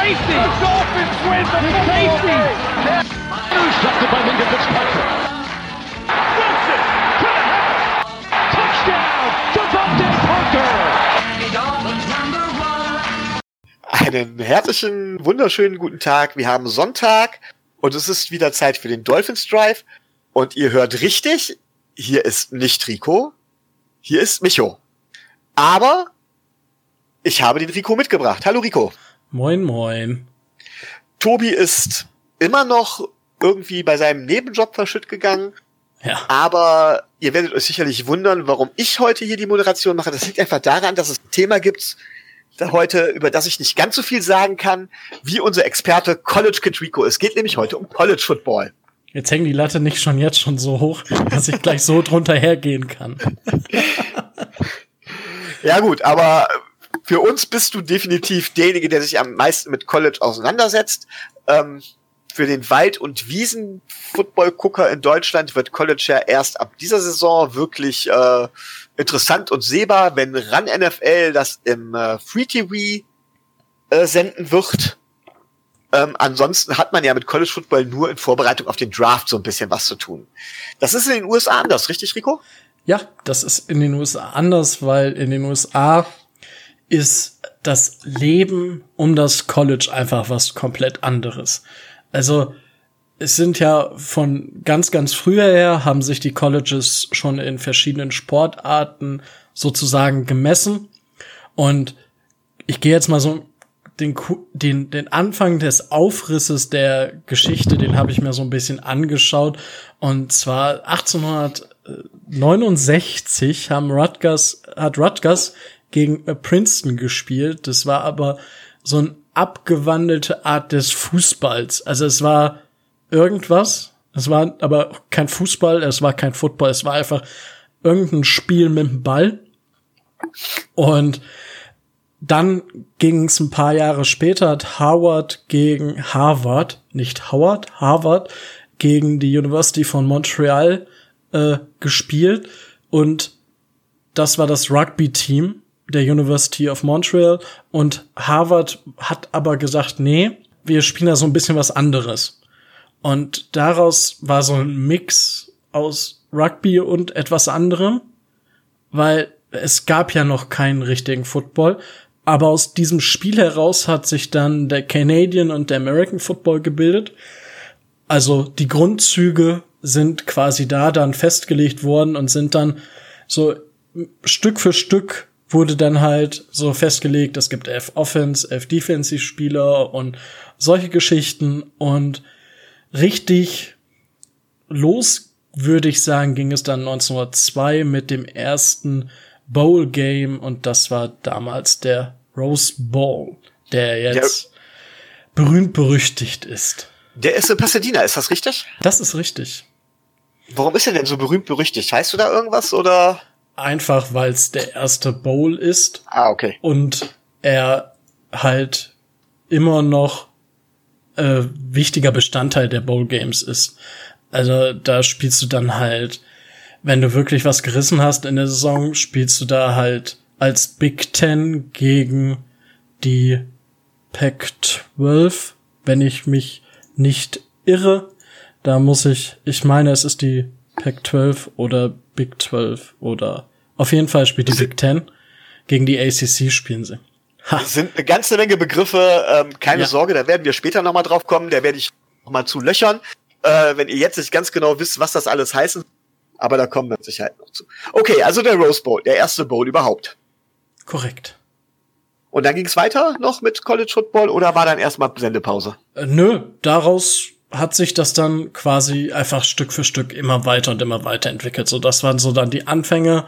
safety. The Dolphins win the safety. Intercepted by Minka Fitzpatrick. Wilson to the house. Touchdown, Devontae Parker. Einen herzlichen, wunderschönen guten Tag. Wir haben Sonntag und es ist wieder Zeit für den Dolphins Drive. Und ihr hört richtig, hier ist nicht Rico, hier ist Micho. Aber ich habe den Rico mitgebracht. Hallo Rico. Moin, moin. Tobi ist immer noch irgendwie bei seinem Nebenjob verschütt gegangen. Ja. Aber ihr werdet euch sicherlich wundern, warum ich heute hier die Moderation mache. Das liegt einfach daran, dass es ein Thema gibt heute, über das ich nicht ganz so viel sagen kann, wie unser Experte College Kid Rico. Es geht nämlich heute um College Football. Jetzt hängt die Latte nicht jetzt schon so hoch, dass ich gleich so drunter hergehen kann. Ja gut, aber für uns bist du definitiv derjenige, der sich am meisten mit College auseinandersetzt. Für den Wald- und Wiesen-Football-Gucker in Deutschland wird College ja erst ab dieser Saison wirklich interessant und sehbar, wenn RAN NFL das im Free TV senden wird. Ansonsten hat man ja mit College Football nur in Vorbereitung auf den Draft so ein bisschen was zu tun. Das ist in den USA anders, richtig, Rico? Ja, das ist in den USA anders, weil in den USA ist das Leben um das College einfach was komplett anderes. Also es sind ja von ganz, ganz früher her, haben sich die Colleges schon in verschiedenen Sportarten sozusagen gemessen. Und ich gehe jetzt mal so den Anfang des Aufrisses der Geschichte, den habe ich mir so ein bisschen angeschaut. Und zwar 1869 hat Rutgers gegen Princeton gespielt. Das war aber so eine abgewandelte Art des Fußballs. Also es war irgendwas. Es war aber kein Fußball, es war kein Football, es war einfach irgendein Spiel mit dem Ball. Und dann ging es ein paar Jahre später, hat Harvard gegen die University von Montreal gespielt. Und das war das Rugby-Team der University of Montreal. Und Harvard hat aber gesagt, nee, wir spielen da so ein bisschen was anderes. Und daraus war so ein Mix aus Rugby und etwas anderem, weil es gab ja noch keinen richtigen Football. Aber aus diesem Spiel heraus hat sich dann der Canadian und der American Football gebildet. Also die Grundzüge sind quasi da dann festgelegt worden und sind dann so Stück für Stück wurde dann halt so festgelegt, es gibt 11 Offense, 11 Defensive Spieler und solche Geschichten. Und richtig los, würde ich sagen, ging es dann 1902 mit dem ersten Bowl Game und das war damals der Rose Bowl, der jetzt berühmt berüchtigt ist. Der ist in Pasadena, ist das richtig? Das ist richtig. Warum ist er denn so berühmt berüchtigt? Weißt du da irgendwas oder? Einfach, weil es der erste Bowl ist. Ah, okay. Und er halt immer noch wichtiger Bestandteil der Bowl Games ist. Also da spielst du dann halt, wenn du wirklich was gerissen hast in der Saison, spielst du da halt als Big Ten gegen die Pac-12, wenn ich mich nicht irre. Da muss ich meine, es ist die Pac-12 oder Big 12 oder auf jeden Fall spielt die Big Ten. Gegen die ACC spielen sie. Das sind eine ganze Menge Begriffe, keine Sorge, da werden wir später nochmal drauf kommen, da werde ich nochmal zu löchern, wenn ihr jetzt nicht ganz genau wisst, was das alles heißt, aber da kommen wir mit Sicherheit noch zu. Okay, also der Rose Bowl, der erste Bowl überhaupt. Korrekt. Und dann ging es weiter noch mit College Football oder war dann erstmal Sendepause? Nö, daraus hat sich das dann quasi einfach Stück für Stück immer weiter und immer weiter entwickelt. So, das waren so dann die Anfänge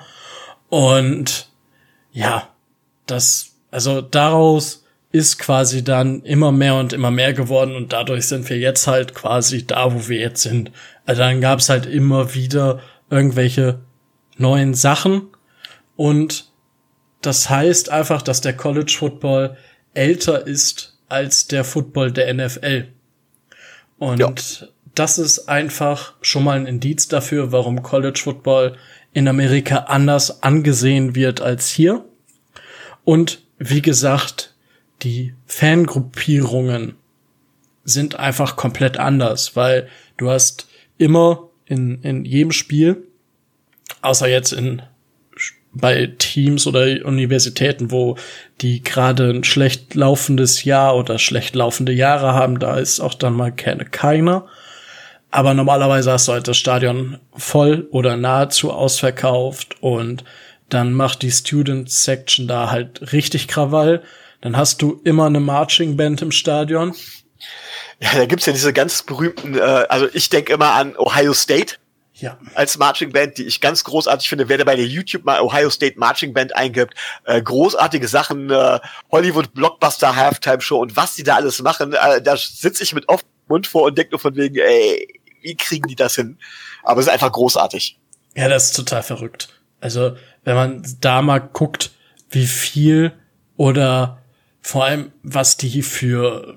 und ja, also daraus ist quasi dann immer mehr und immer mehr geworden und dadurch sind wir jetzt halt quasi da, wo wir jetzt sind. Also dann gab es halt immer wieder irgendwelche neuen Sachen und das heißt einfach, dass der College Football älter ist als der Football der NFL. Und das ist einfach schon mal ein Indiz dafür, warum College Football in Amerika anders angesehen wird als hier. Und wie gesagt, die Fangruppierungen sind einfach komplett anders, weil du hast immer in jedem Spiel, außer jetzt bei Teams oder Universitäten, wo die gerade ein schlecht laufendes Jahr oder schlecht laufende Jahre haben, da ist auch dann mal keiner. Aber normalerweise hast du halt das Stadion voll oder nahezu ausverkauft und dann macht die Student Section da halt richtig Krawall. Dann hast du immer eine Marching Band im Stadion. Ja, da gibt's ja diese ganz berühmten, also ich denke immer an Ohio State. Ja. Als Marching Band, die ich ganz großartig finde, wer da bei der YouTube mal Ohio State Marching Band eingibt, großartige Sachen, Hollywood Blockbuster Halftime Show und was die da alles machen, da sitze ich mit offenem Mund vor und denke nur von wegen, ey, wie kriegen die das hin? Aber es ist einfach großartig. Ja, das ist total verrückt. Also, wenn man da mal guckt, wie viel oder vor allem, was die für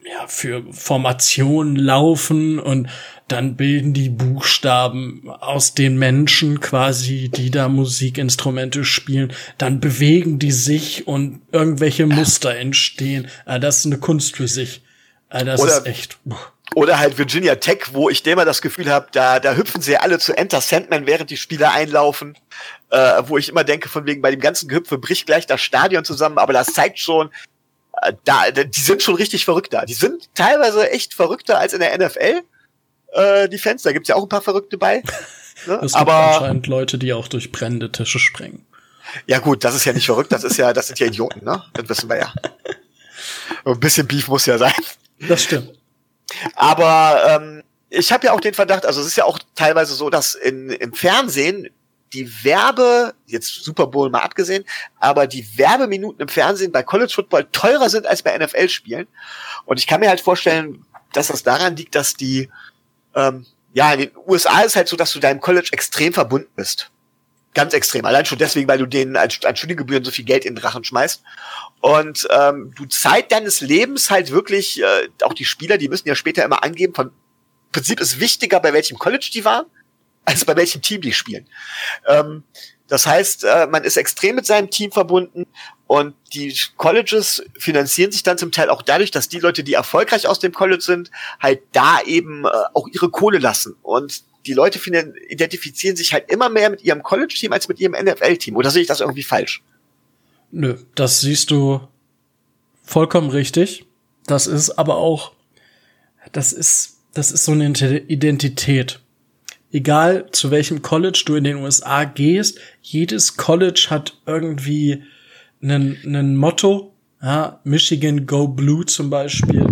Formationen laufen und dann bilden die Buchstaben aus den Menschen quasi, die da Musikinstrumente spielen, dann bewegen die sich und irgendwelche Muster entstehen. Das ist eine Kunst für sich. Das ist echt. Oder halt Virginia Tech, wo ich immer das Gefühl habe, da hüpfen sie alle zu Enter Sandman, während die Spieler einlaufen, wo ich immer denke, von wegen bei dem ganzen Gehüpfe bricht gleich das Stadion zusammen, aber das zeigt schon, die sind schon richtig verrückt da. Die sind teilweise echt verrückter als in der NFL, die Fans. Da gibt's ja auch ein paar Verrückte bei. Ne? Es gibt anscheinend Leute, die auch durch brennende Tische sprengen. Ja gut, das ist ja nicht verrückt, das sind ja Idioten, ne? Das wissen wir ja. Ein bisschen Beef muss ja sein. Das stimmt. Aber ich habe ja auch den Verdacht, also es ist ja auch teilweise so, dass im Fernsehen die jetzt Super Bowl mal abgesehen, aber die Werbeminuten im Fernsehen bei College Football teurer sind als bei NFL-Spielen. Und ich kann mir halt vorstellen, dass das daran liegt, dass in den USA ist halt so, dass du deinem College extrem verbunden bist. Ganz extrem. Allein schon deswegen, weil du denen an Studiengebühren so viel Geld in den Rachen schmeißt. Und du Zeit deines Lebens halt wirklich, auch die Spieler, die müssen ja später immer angeben, im Prinzip ist wichtiger, bei welchem College die waren, als bei welchem Team die spielen. Das heißt, man ist extrem mit seinem Team verbunden und die Colleges finanzieren sich dann zum Teil auch dadurch, dass die Leute, die erfolgreich aus dem College sind, halt da eben auch ihre Kohle lassen. Und die Leute identifizieren sich halt immer mehr mit ihrem College-Team als mit ihrem NFL-Team. Oder sehe ich das irgendwie falsch? Nö, das siehst du vollkommen richtig. Das ist aber auch, das ist so eine Identität. Egal zu welchem College du in den USA gehst, jedes College hat irgendwie einen Motto, ja, Michigan Go Blue zum Beispiel.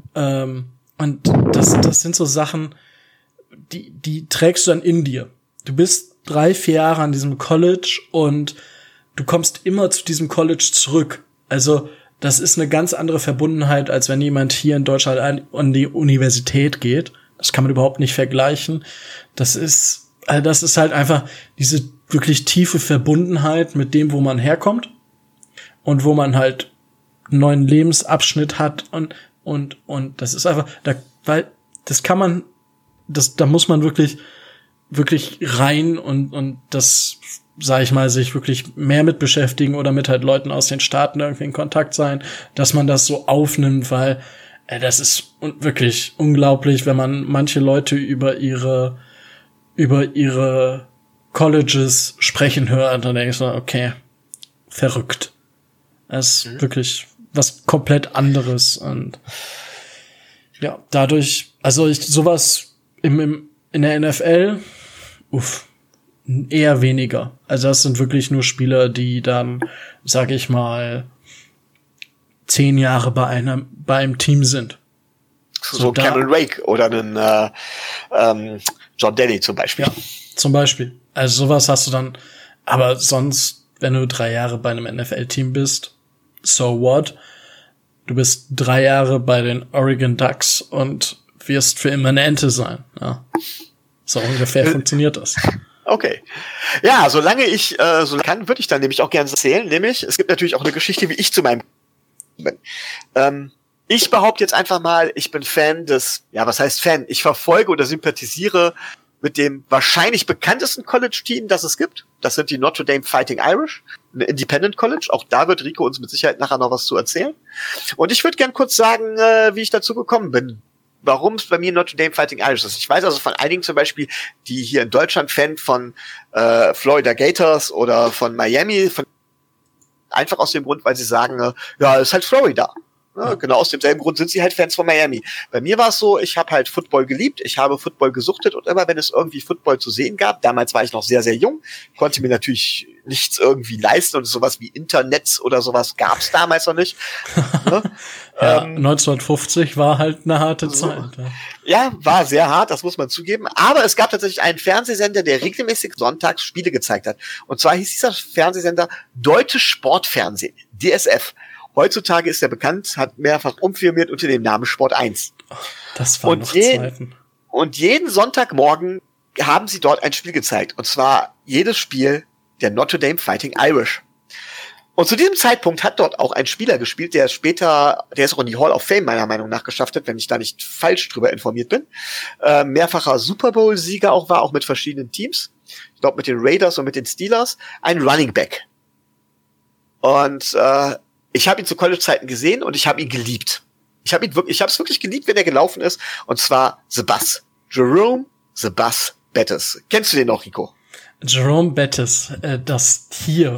Und das sind so Sachen, die trägst du dann in dir. Du bist 3-4 Jahre an diesem College und du kommst immer zu diesem College zurück. Also das ist eine ganz andere Verbundenheit, als wenn jemand hier in Deutschland an die Universität geht. Das kann man überhaupt nicht vergleichen. Das ist halt einfach diese wirklich tiefe Verbundenheit mit dem, wo man herkommt und wo man halt einen neuen Lebensabschnitt hat und das ist einfach, da muss man wirklich rein und das, sag ich mal, sich wirklich mehr mit beschäftigen oder mit halt Leuten aus den Staaten irgendwie in Kontakt sein, dass man das so aufnimmt, weil das ist wirklich unglaublich, wenn man manche Leute über ihre Colleges sprechen hört, dann denke ich so, okay, verrückt. Es ist wirklich was komplett anderes und ja, dadurch, also sowas in der NFL, eher weniger. Also das sind wirklich nur Spieler, die dann, sag ich mal, 10 Jahre bei einem Team sind. So Cameron Wake oder einen John Daly zum Beispiel. Ja, zum Beispiel. Also sowas hast du dann, aber sonst, wenn du 3 Jahre bei einem NFL-Team bist, so what? Du bist 3 Jahre bei den Oregon Ducks und wirst für immer eine Ente sein. Ja. So ungefähr funktioniert das. Okay. Ja, solange ich so kann, würde ich dann nämlich auch gerne erzählen. Nämlich, es gibt natürlich auch eine Geschichte, wie ich zu meinem bin. Ich behaupte jetzt einfach mal, ich bin Fan was heißt Fan? Ich verfolge oder sympathisiere mit dem wahrscheinlich bekanntesten College-Team, das es gibt. Das sind die Notre Dame Fighting Irish, ein Independent College. Auch da wird Rico uns mit Sicherheit nachher noch was zu erzählen. Und ich würde gern kurz sagen, wie ich dazu gekommen bin. Warum es bei mir Notre Dame Fighting Irish ist. Ich weiß also von einigen zum Beispiel, die hier in Deutschland Fan von Florida Gators oder von Miami, einfach aus dem Grund, weil sie sagen, ja, ist halt Florida. Ja, genau aus demselben Grund sind sie halt Fans von Miami. Bei mir war es so, ich habe halt Football geliebt, ich habe Football gesuchtet und immer wenn es irgendwie Football zu sehen gab, damals war ich noch sehr, sehr jung, konnte mir natürlich nichts irgendwie leisten und sowas wie Internets oder sowas gab es damals noch nicht. Ne? Ja, 1950 war halt eine harte Zeit. Ja, war sehr hart, das muss man zugeben. Aber es gab tatsächlich einen Fernsehsender, der regelmäßig sonntags Spiele gezeigt hat. Und zwar hieß dieser Fernsehsender Deutsches Sportfernsehen, DSF. Heutzutage ist er bekannt, hat mehrfach umfirmiert unter dem Namen Sport 1. Das waren noch Zeiten. Und jeden Sonntagmorgen haben sie dort ein Spiel gezeigt. Und zwar jedes Spiel der Notre Dame Fighting Irish. Und zu diesem Zeitpunkt hat dort auch ein Spieler gespielt, der ist auch in die Hall of Fame meiner Meinung nach geschafft hat, wenn ich da nicht falsch drüber informiert bin. Mehrfacher Super Bowl-Sieger auch war, auch mit verschiedenen Teams. Ich glaube mit den Raiders und mit den Steelers. Ein Running Back. Und ich habe ihn zu College-Zeiten gesehen und ich habe ihn geliebt. Ich habe es wirklich geliebt, wenn er gelaufen ist. Und zwar The Bus. Jerome The Bus Bettis. Kennst du den noch, Rico? Jerome Bettis, das Tier.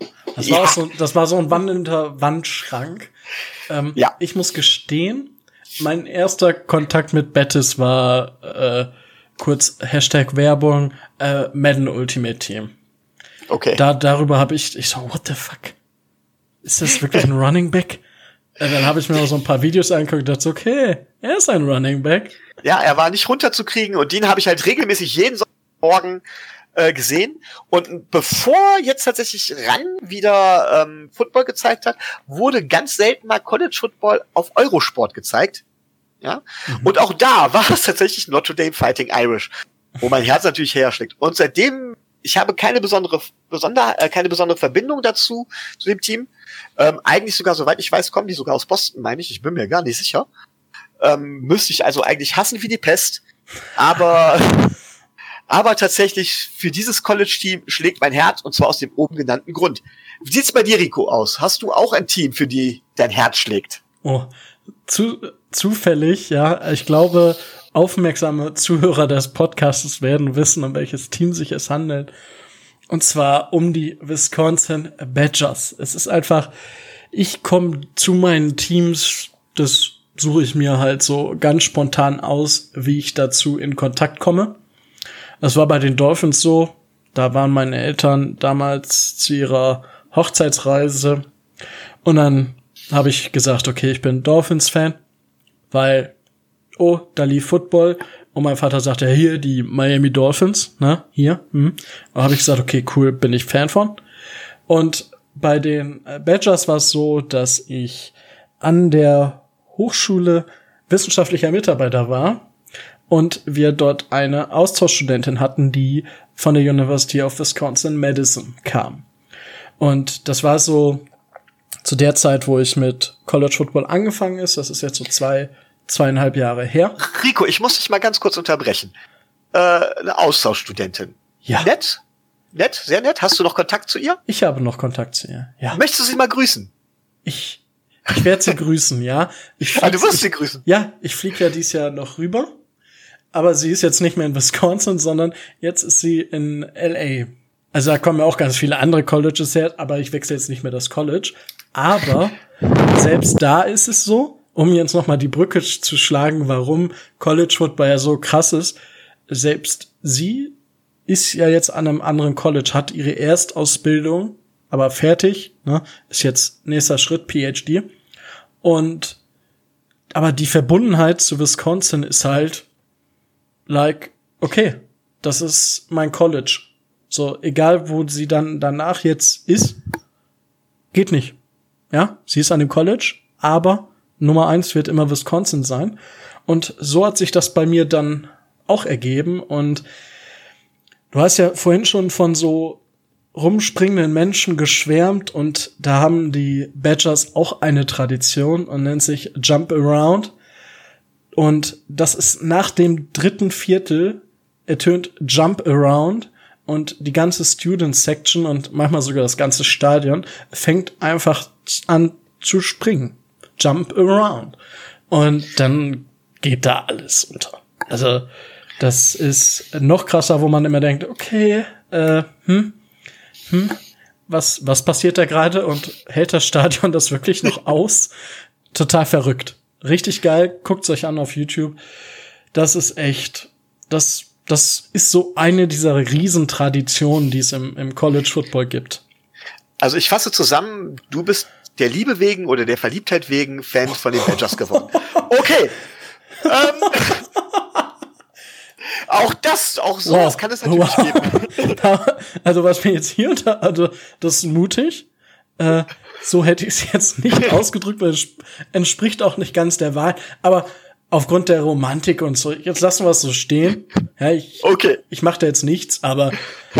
Das war so ein wandelnder Wandschrank. Ja. Ich muss gestehen, mein erster Kontakt mit Bettis war kurz #Werbung Madden Ultimate Team. Okay. Darüber habe ich so, what the fuck? Ist das wirklich ein Running Back? Dann habe ich mir noch so ein paar Videos angeguckt und dachte, okay, er ist ein Running Back. Ja, er war nicht runterzukriegen und den habe ich halt regelmäßig jeden Morgen gesehen. Und bevor jetzt tatsächlich RAN wieder Football gezeigt hat, wurde ganz selten mal College Football auf Eurosport gezeigt. Ja. Und auch da war es tatsächlich Notre Dame Fighting Irish, wo mein Herz natürlich herschlägt. Und seitdem, ich habe keine besondere Verbindung dazu, zu dem Team. Eigentlich sogar, soweit ich weiß, kommen die sogar aus Boston, meine ich. Ich bin mir gar nicht sicher. Müsste ich also eigentlich hassen wie die Pest. Aber tatsächlich für dieses College-Team schlägt mein Herz, und zwar aus dem oben genannten Grund. Wie sieht's bei dir, Rico, aus? Hast du auch ein Team, für die dein Herz schlägt? Oh, zufällig, ja. Ich glaube, aufmerksame Zuhörer des Podcasts werden wissen, um welches Team sich es handelt. Und zwar um die Wisconsin Badgers. Es ist einfach, ich komme zu meinen Teams, das suche ich mir halt so ganz spontan aus, wie ich dazu in Kontakt komme. Das war bei den Dolphins so. Da waren meine Eltern damals zu ihrer Hochzeitsreise. Und dann habe ich gesagt, okay, ich bin Dolphins-Fan, weil, da lief Football. Und mein Vater sagte, ja, hier, die Miami Dolphins, ne, hier. Da habe ich gesagt, okay, cool, bin ich Fan von. Und bei den Badgers war es so, dass ich an der Hochschule wissenschaftlicher Mitarbeiter war und wir dort eine Austauschstudentin hatten, die von der University of Wisconsin-Madison kam. Und das war so zu der Zeit, wo ich mit College Football angefangen ist. Das ist jetzt so 2,5 Jahre her. Rico, ich muss dich mal ganz kurz unterbrechen. Eine Austauschstudentin. Ja. Nett? Nett? Sehr nett? Hast du noch Kontakt zu ihr? Ich habe noch Kontakt zu ihr, ja. Möchtest du sie mal grüßen? Ich werde sie grüßen, ja. Du wirst sie grüßen? Ja, ich fliege ja dieses Jahr noch rüber. Aber sie ist jetzt nicht mehr in Wisconsin, sondern jetzt ist sie in LA. Also da kommen ja auch ganz viele andere Colleges her, aber ich wechsle jetzt nicht mehr das College. Aber selbst da ist es so, um jetzt noch mal die Brücke zu schlagen, warum College Football ja so krass ist. Selbst sie ist ja jetzt an einem anderen College, hat ihre Erstausbildung, aber fertig, ne? Ist jetzt nächster Schritt, PhD. Aber die Verbundenheit zu Wisconsin ist halt okay, das ist mein College. So, egal wo sie dann danach jetzt ist, geht nicht. Ja, sie ist an dem College, aber Nummer 1 wird immer Wisconsin sein. Und so hat sich das bei mir dann auch ergeben. Und du hast ja vorhin schon von so rumspringenden Menschen geschwärmt. Und da haben die Badgers auch eine Tradition und nennt sich Jump Around. Und das ist nach dem 3. Viertel ertönt Jump Around und die ganze Student Section und manchmal sogar das ganze Stadion fängt einfach an zu springen. Jump Around. Und dann geht da alles unter. Also das ist noch krasser, wo man immer denkt, okay, was passiert da gerade und hält das Stadion das wirklich noch aus? Total verrückt. Richtig geil. Guckt's euch an auf YouTube. Das ist echt, das ist so eine dieser Riesentraditionen, die es im College Football gibt. Also ich fasse zusammen, du bist der Liebe wegen oder der Verliebtheit wegen Fan von den Badgers geworden. Okay. Auch sowas kann es natürlich geben. Also was mir jetzt hier also das ist mutig. So hätte ich es jetzt nicht ausgedrückt, weil es entspricht auch nicht ganz der Wahrheit. Aber aufgrund der Romantik und so, jetzt lassen wir es so stehen. Ja, ich mache da jetzt nichts, aber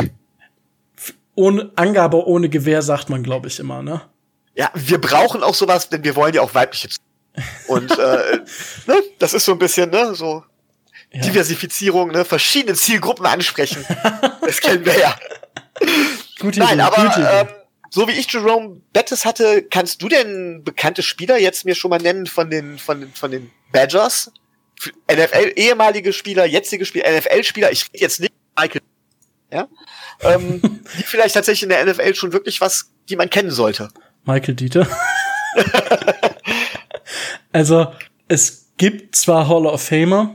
ohne Angabe, ohne Gewehr sagt man, glaube ich, immer, ne? Ja, wir brauchen auch sowas, denn wir wollen ja auch weibliche. Und ne, das ist so ein bisschen, ne, so ja. Diversifizierung, ne, verschiedene Zielgruppen ansprechen. Das kennen wir ja. Gute Nein, Idee, aber gute Idee. so wie ich Jerome Bettis hatte, kannst du denn bekannte Spieler jetzt mir schon mal nennen von den Badgers? NFL, ehemalige Spieler, jetzige Spieler, NFL-Spieler, ich rede jetzt nicht Michael, ja? Die vielleicht tatsächlich in der NFL schon wirklich was, die man kennen sollte. Michael Dieter. Also, es gibt zwar Hall of Famer,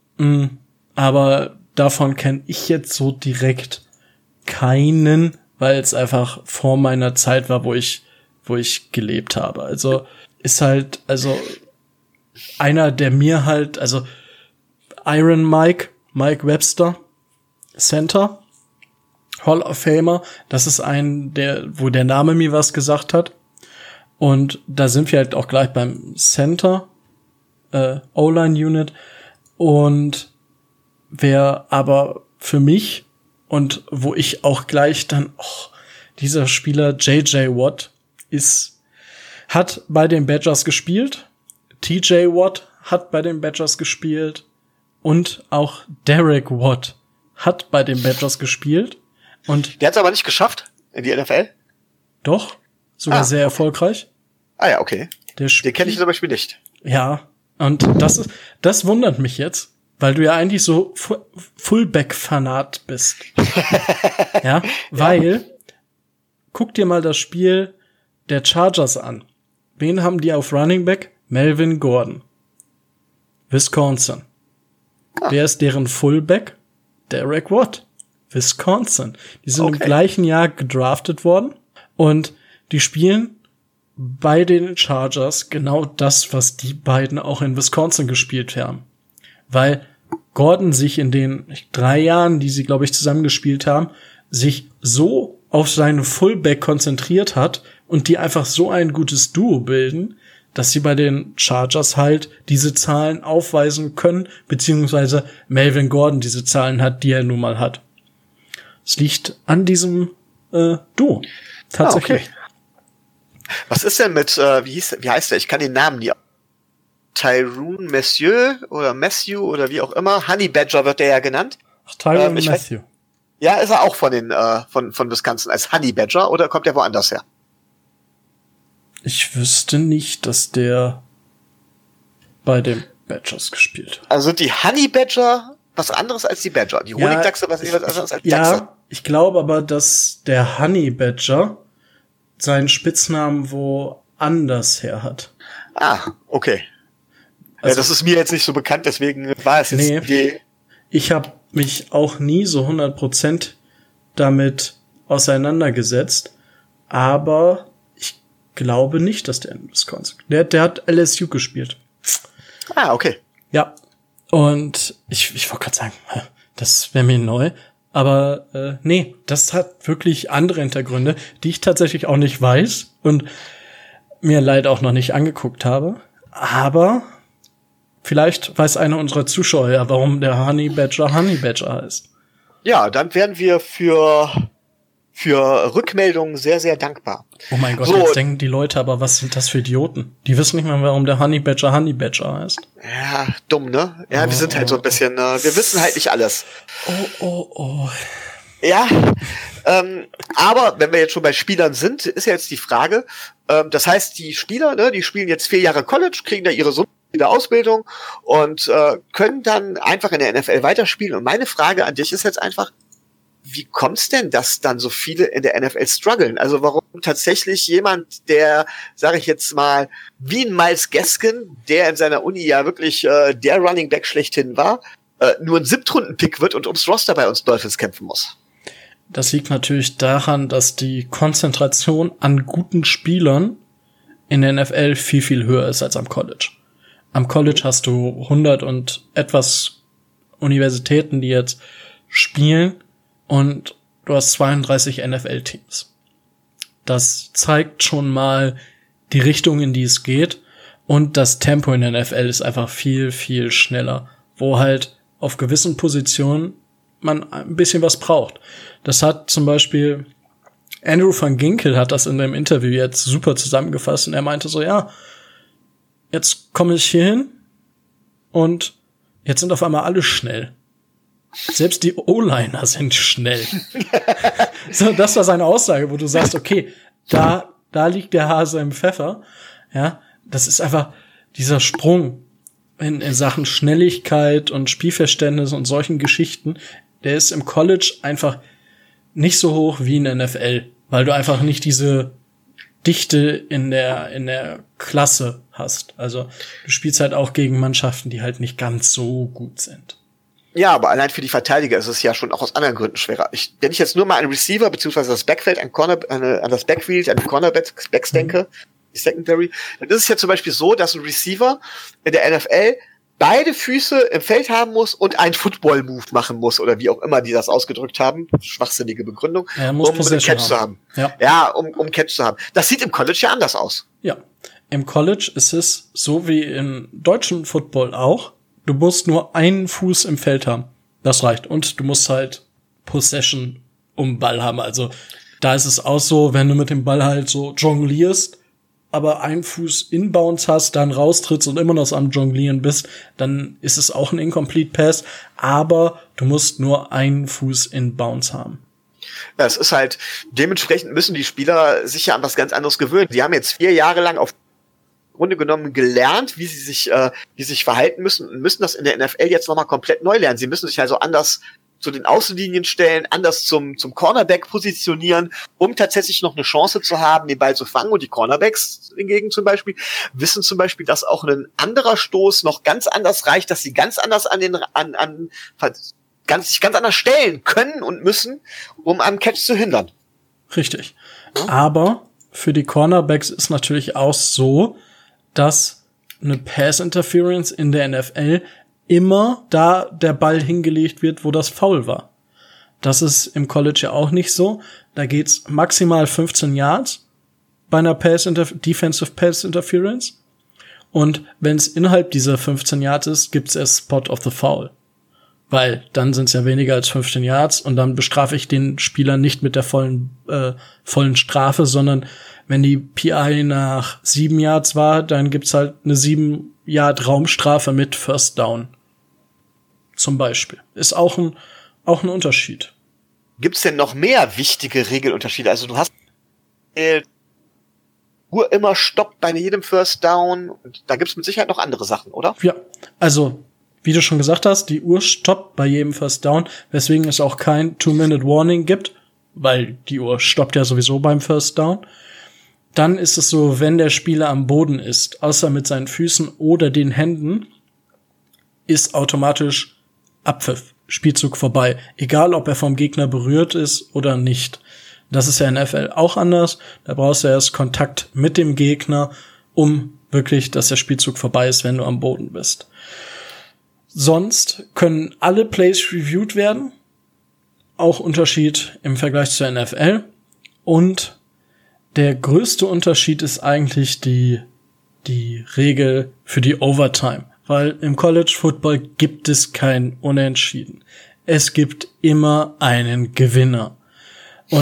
aber davon kenne ich jetzt so direkt keinen, weil es einfach vor meiner Zeit war, wo ich gelebt habe. Also ist halt, also einer, der mir halt, also Iron Mike Webster, Center, Hall of Famer, das ist wo der Name mir was gesagt hat. Und da sind wir halt auch gleich beim Center, O-Line-Unit. Und wer aber für mich und wo ich auch gleich dann, dieser Spieler J.J. Watt hat bei den Badgers gespielt. T.J. Watt hat bei den Badgers gespielt. Und auch Derek Watt hat bei den Badgers gespielt. Und der hat es aber nicht geschafft in die NFL? Doch, sogar sehr erfolgreich. Ah ja, okay. Den kenne ich zum Beispiel nicht. Ja, und das wundert mich jetzt, weil du ja eigentlich so Fullback-Fanat bist. Ja, weil guck dir mal das Spiel der Chargers an. Wen haben die auf Running Back? Melvin Gordon. Wisconsin. Wer ist deren Fullback? Derek Watt. Wisconsin. Die sind im gleichen Jahr gedraftet worden und die spielen bei den Chargers genau das, was die beiden auch in Wisconsin gespielt haben. Weil Gordon sich in den 3 Jahren, die sie, glaube ich, zusammengespielt haben, sich so auf seine Fullback konzentriert hat und die einfach so ein gutes Duo bilden, dass sie bei den Chargers halt diese Zahlen aufweisen können, beziehungsweise Melvin Gordon diese Zahlen hat, die er nun mal hat. Es liegt an diesem Duo. Tatsächlich. Okay. Was ist denn mit, wie heißt der? Ich kann den Namen nie. Tyrone Matthew oder wie auch immer. Honey Badger wird der ja genannt. Ach, Tyrone Matthew. Ja, ist er auch von Wisconsin als Honey Badger oder kommt der woanders her? Ich wüsste nicht, dass der bei den Badgers gespielt hat. Also sind die Honey Badger was anderes als die Badger? Die Honigdachse was anderes als Dachse? Ja, ich glaube aber, dass der Honey Badger seinen Spitznamen woanders her hat. Ah, okay. Also, das ist mir jetzt nicht so bekannt, deswegen war es jetzt ich habe mich auch nie so 100% damit auseinandergesetzt, aber ich glaube nicht, dass der in Wisconsin. Der hat LSU gespielt. Ah, okay. Ja. Und ich wollte gerade sagen, das wäre mir neu. Aber nee, das hat wirklich andere Hintergründe, die ich tatsächlich auch nicht weiß und mir leider auch noch nicht angeguckt habe. Aber vielleicht weiß einer unserer Zuschauer ja, warum der Honey Badger heißt. Ja, dann werden wir für für Rückmeldungen sehr, sehr dankbar. Oh mein Gott, jetzt denken die Leute aber, was sind das für Idioten? Die wissen nicht mal, warum der Honey Badger heißt. Ja, dumm, ne? Ja, wir sind halt so ein bisschen, wir wissen halt nicht alles. Oh. Ja, aber wenn wir jetzt schon bei Spielern sind, ist ja jetzt die Frage, das heißt, die Spieler, ne, die spielen jetzt 4 Jahre College, kriegen da ihre solide Ausbildung und können dann einfach in der NFL weiterspielen. Und meine Frage an dich ist jetzt einfach, wie kommt's denn, dass dann so viele in der NFL strugglen? Also warum tatsächlich jemand, der, sage ich jetzt mal, wie ein Myles Gaskin, der in seiner Uni ja wirklich der Running Back schlechthin war, nur ein 7-Runden-Pick wird und ums Roster bei uns Dolphins kämpfen muss? Das liegt natürlich daran, dass die Konzentration an guten Spielern in der NFL viel, viel höher ist als am College. Am College hast du 100 und etwas Universitäten, die jetzt spielen, und du hast 32 NFL-Teams. Das zeigt schon mal die Richtung, in die es geht. Und das Tempo in der NFL ist einfach viel, viel schneller. Wo halt auf gewissen Positionen man ein bisschen was braucht. Das hat zum Beispiel Andrew van Ginkel hat das in dem Interview jetzt super zusammengefasst. Und er meinte so, ja, jetzt komme ich hier hin und jetzt sind auf einmal alle schnell. Selbst die O-Liner sind schnell. So, das war seine Aussage, wo du sagst, okay, da liegt der Hase im Pfeffer. Ja, das ist einfach dieser Sprung in Sachen Schnelligkeit und Spielverständnis und solchen Geschichten. Der ist im College einfach nicht so hoch wie in der NFL, weil du einfach nicht diese Dichte in der Klasse hast. Also du spielst halt auch gegen Mannschaften, die halt nicht ganz so gut sind. Ja, aber allein für die Verteidiger ist es ja schon auch aus anderen Gründen schwerer. Wenn ich jetzt nur mal an Receiver beziehungsweise das Backfield, an das Backfield, an die Cornerbacks denke, die Secondary, dann ist es ja zum Beispiel so, dass ein Receiver in der NFL beide Füße im Feld haben muss und einen Football-Move machen muss oder wie auch immer die das ausgedrückt haben. Schwachsinnige Begründung, um einen Catch zu haben. Ja, um Catch zu haben. Das sieht im College ja anders aus. Ja, im College ist es so wie im deutschen Football auch. Du musst nur einen Fuß im Feld haben. Das reicht. Und du musst halt Possession um Ball haben. Also da ist es auch so, wenn du mit dem Ball halt so jonglierst, aber einen Fuß inbounds hast, dann raustrittst und immer noch am Jonglieren bist, dann ist es auch ein Incomplete Pass. Aber du musst nur einen Fuß inbounds haben. Ja, es ist halt, dementsprechend müssen die Spieler sich ja an was ganz anderes gewöhnen. Die haben jetzt 4 Jahre lang auf Grunde genommen gelernt, wie sie sich verhalten müssen und müssen das in der NFL jetzt nochmal komplett neu lernen. Sie müssen sich also anders zu den Außenlinien stellen, anders zum Cornerback positionieren, um tatsächlich noch eine Chance zu haben, den Ball zu fangen. Und die Cornerbacks hingegen zum Beispiel wissen zum Beispiel, dass auch ein anderer Stoß noch ganz anders reicht, dass sie ganz anders sich ganz anders stellen können und müssen, um am Catch zu hindern. Richtig. Ja? Aber für die Cornerbacks ist natürlich auch so, dass eine Pass-Interference in der NFL immer da der Ball hingelegt wird, wo das Foul war. Das ist im College ja auch nicht so. Da geht's maximal 15 Yards bei einer Defensive Pass Interference. Und wenn es innerhalb dieser 15 Yards ist, gibt's erst Spot of the Foul. Weil dann sind es ja weniger als 15 Yards und dann bestrafe ich den Spieler nicht mit der vollen Strafe, sondern wenn die PI nach 7 Yards war, dann gibt's halt eine 7 Yard Raumstrafe mit First Down. Zum Beispiel. Ist auch ein Unterschied. Gibt's denn noch mehr wichtige Regelunterschiede? Also du hast Uhr immer stoppt bei jedem First Down. Und da gibt's mit Sicherheit noch andere Sachen, oder? Ja, also wie du schon gesagt hast, die Uhr stoppt bei jedem First Down, weswegen es auch kein 2-Minute-Warning gibt, weil die Uhr stoppt ja sowieso beim First Down. Dann ist es so, wenn der Spieler am Boden ist, außer mit seinen Füßen oder den Händen, ist automatisch Abpfiff, Spielzug vorbei. Egal, ob er vom Gegner berührt ist oder nicht. Das ist ja in der NFL auch anders. Da brauchst du erst Kontakt mit dem Gegner, um wirklich, dass der Spielzug vorbei ist, wenn du am Boden bist. Sonst können alle Plays reviewed werden. Auch Unterschied im Vergleich zur NFL. Und der größte Unterschied ist eigentlich die Regel für die Overtime. Weil im College Football gibt es kein Unentschieden. Es gibt immer einen Gewinner. Und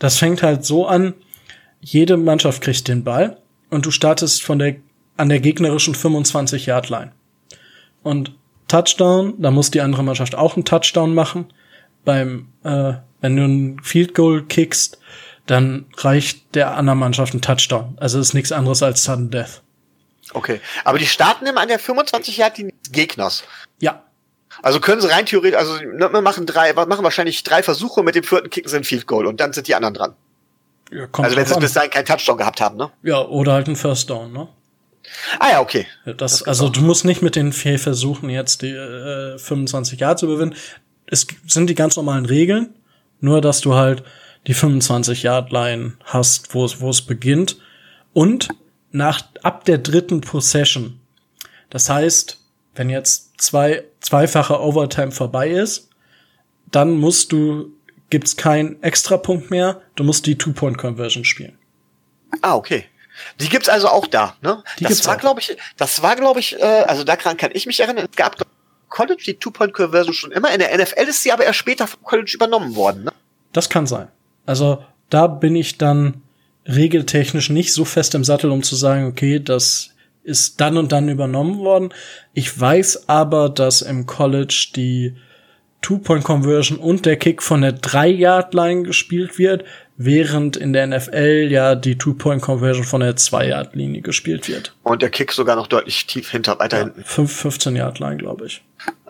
das fängt halt so an, jede Mannschaft kriegt den Ball und du startest an der gegnerischen 25-Yard-Line. Und Touchdown, da muss die andere Mannschaft auch einen Touchdown machen. Wenn du ein Field Goal kickst, dann reicht der anderen Mannschaft ein Touchdown. Also ist nichts anderes als Sudden Death. Okay, aber die starten immer an der 25-Yard-Linie des Gegners. Ja. Also können sie rein theoretisch, also wir machen wahrscheinlich 3 Versuche, mit dem 4. kicken sie ein Field Goal und dann sind die anderen dran. Ja, kommt also wenn sie drauf an. bis dahin keinen Touchdown gehabt haben, ne? Ja, oder halt ein First Down, ne? Ah ja, okay. Also du musst nicht mit den 4 versuchen, jetzt die 25 Yards zu überwinden. Es sind die ganz normalen Regeln, nur dass du halt die 25-Yard-Line hast, wo es beginnt. Und ab der 3. Possession, das heißt, wenn jetzt zweifache Overtime vorbei ist, dann gibt's keinen Extrapunkt mehr, du musst die Two-Point-Conversion spielen. Ah, okay. Die gibt's also auch da, ne? Das war, glaube ich, also daran kann ich mich erinnern, es gab College die Two-Point-Conversion schon immer, in der NFL ist sie aber erst später vom College übernommen worden, ne? Das kann sein. Also da bin ich dann regeltechnisch nicht so fest im Sattel, um zu sagen, okay, das ist dann und dann übernommen worden. Ich weiß aber, dass im College die Two-Point-Conversion und der Kick von der 3-Yard-Line gespielt wird, während in der NFL ja die Two-Point-Conversion von der 2-Yard-Linie gespielt wird. Und der Kick sogar noch deutlich tief weiter hinten. 15-Yard-Line, glaube ich.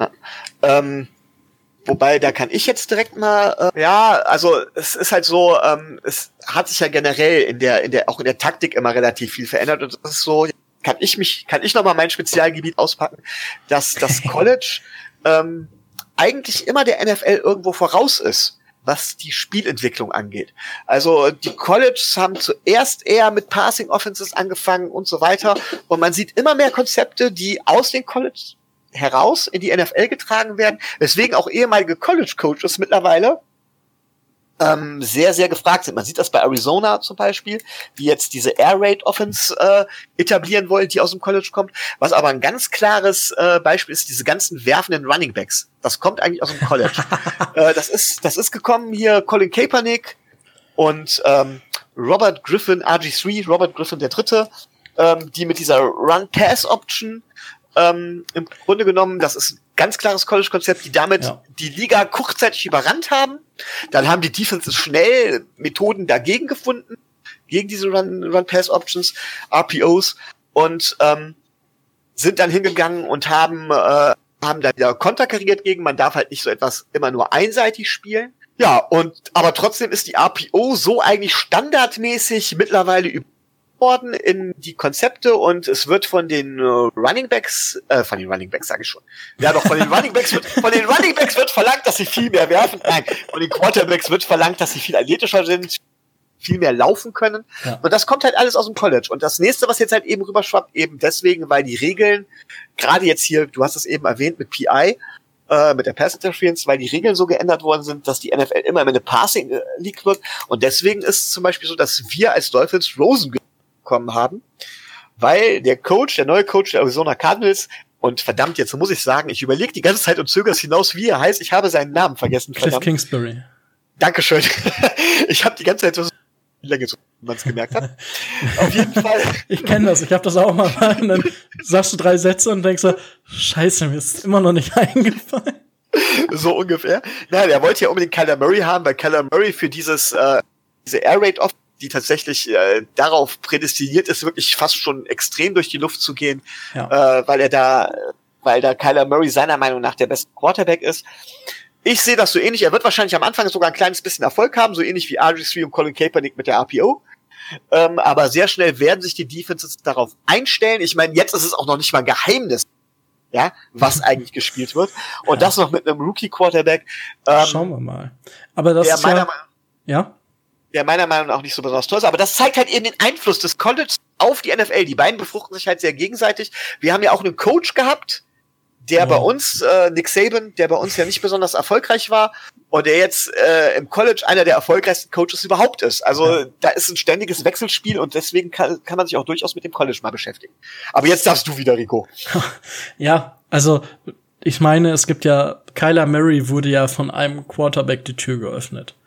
Wobei, da kann ich jetzt direkt mal, also es ist halt so, es hat sich ja generell auch in der Taktik immer relativ viel verändert und das ist so, kann ich noch mal mein Spezialgebiet auspacken, dass das College eigentlich immer der NFL irgendwo voraus ist, was die Spielentwicklung angeht. Also die Colleges haben zuerst eher mit Passing Offenses angefangen und so weiter und man sieht immer mehr Konzepte, die aus den Colleges heraus in die NFL getragen werden, weswegen auch ehemalige College-Coaches mittlerweile sehr, sehr gefragt sind. Man sieht das bei Arizona zum Beispiel, die jetzt diese Air Raid Offense etablieren wollen, die aus dem College kommt. Was aber ein ganz klares Beispiel ist, diese ganzen werfenden Running Backs. Das kommt eigentlich aus dem College. Das ist gekommen hier Colin Kaepernick und Robert Griffin, RG3, Robert Griffin der Dritte, die mit dieser Run-Pass-Option im Grunde genommen, das ist ein ganz klares College-Konzept, die damit die Liga kurzzeitig überrannt haben. Dann haben die Defenses schnell Methoden dagegen gefunden, gegen diese Run-Pass-Options, RPOs und sind dann hingegangen und haben da wieder konterkariert gegen, man darf halt nicht so etwas immer nur einseitig spielen. Ja, aber trotzdem ist die RPO so eigentlich standardmäßig mittlerweile worden in die Konzepte und es wird von den Running Backs sage ich schon. Ja doch, von den Running Backs wird verlangt, dass sie viel mehr werfen. Nein, von den Quarterbacks wird verlangt, dass sie viel athletischer sind, viel mehr laufen können. Ja. Und das kommt halt alles aus dem College. Und das nächste, was jetzt halt eben rüberschwappt, eben deswegen, weil die Regeln, gerade jetzt hier, du hast es eben erwähnt mit PI, mit der Pass Interference, weil die Regeln so geändert worden sind, dass die NFL immer eine Passing League wird. Und deswegen ist es zum Beispiel so, dass wir als Dolphins Rosen bekommen haben, weil der neue Coach der Arizona Cardinals, und verdammt, jetzt muss ich sagen, ich überlege die ganze Zeit und zögere es hinaus, wie er heißt. Ich habe seinen Namen vergessen. Cliff Kingsbury. Dankeschön. Ich habe die ganze Zeit so Länge, so man es gemerkt hat. Auf jeden Fall. Ich kenne das, ich habe das auch mal. Und dann sagst du 3 Sätze und denkst so, scheiße, mir ist immer noch nicht eingefallen. So ungefähr. Na, der wollte ja unbedingt Kyler Murray haben, weil Kyler Murray für diese Air Raid Off, die tatsächlich darauf prädestiniert ist, wirklich fast schon extrem durch die Luft zu gehen, weil da Kyler Murray seiner Meinung nach der beste Quarterback ist. Ich sehe das so ähnlich. Er wird wahrscheinlich am Anfang sogar ein kleines bisschen Erfolg haben, so ähnlich wie RG3 und Colin Kaepernick mit der RPO. Aber sehr schnell werden sich die Defenses darauf einstellen. Ich meine, jetzt ist es auch noch nicht mal ein Geheimnis, ja, was eigentlich gespielt wird. Und das noch mit einem Rookie-Quarterback. Schauen wir mal. Aber das ist der meiner Meinung nach auch nicht so besonders toll ist. Aber das zeigt halt eben den Einfluss des College auf die NFL. Die beiden befruchten sich halt sehr gegenseitig. Wir haben ja auch einen Coach gehabt, der bei uns, Nick Saban, der bei uns ja nicht besonders erfolgreich war und der jetzt im College einer der erfolgreichsten Coaches überhaupt ist. Also da ist ein ständiges Wechselspiel und deswegen kann man sich auch durchaus mit dem College mal beschäftigen. Aber jetzt darfst du wieder, Rico. Ja, also ich meine, es gibt ja, Kyler Murray wurde ja von einem Quarterback die Tür geöffnet.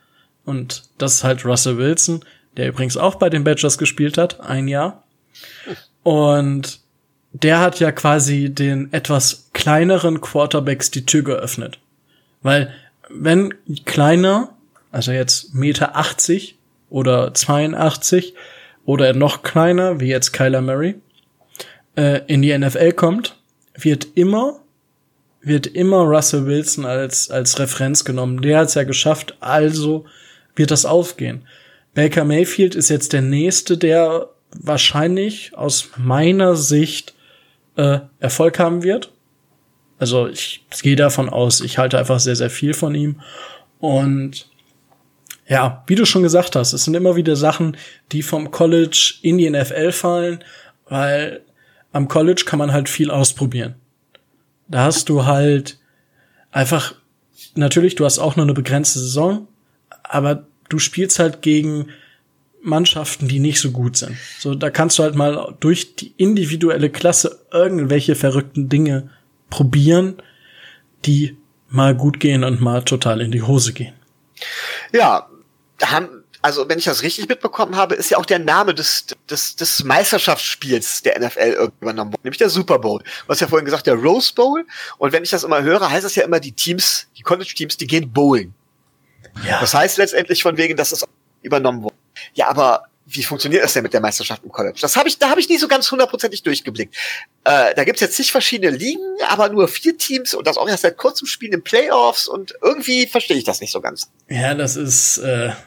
Und das ist halt Russell Wilson, der übrigens auch bei den Badgers gespielt hat, 1 Jahr. Und der hat ja quasi den etwas kleineren Quarterbacks die Tür geöffnet. Weil wenn kleiner, also jetzt 1,80 Meter oder 82 oder noch kleiner, wie jetzt Kyler Murray, in die NFL kommt, wird immer Russell Wilson als Referenz genommen. Der hat's ja geschafft, also wird das aufgehen. Baker Mayfield ist jetzt der Nächste, der wahrscheinlich aus meiner Sicht Erfolg haben wird. Also ich gehe davon aus, ich halte einfach sehr, sehr viel von ihm. Und ja, wie du schon gesagt hast, es sind immer wieder Sachen, die vom College in die NFL fallen, weil am College kann man halt viel ausprobieren. Da hast du halt einfach, natürlich, du hast auch nur eine begrenzte Saison, aber du spielst halt gegen Mannschaften, die nicht so gut sind. So, da kannst du halt mal durch die individuelle Klasse irgendwelche verrückten Dinge probieren, die mal gut gehen und mal total in die Hose gehen. Ja, also wenn ich das richtig mitbekommen habe, ist ja auch der Name des Meisterschaftsspiels der NFL übernommen worden, nämlich der Super Bowl. Du hast ja vorhin gesagt, der Rose Bowl. Und wenn ich das immer höre, heißt das ja immer, die College-Teams, die gehen bowlen. Ja. Das heißt letztendlich von wegen, dass es übernommen wurde. Ja, aber wie funktioniert das denn mit der Meisterschaft im College? Da habe ich nie so ganz hundertprozentig durchgeblickt. Da gibt's jetzt nicht verschiedene Ligen, aber nur 4 Teams und das auch erst seit kurzem spielen in Playoffs und irgendwie verstehe ich das nicht so ganz. Ja, das ist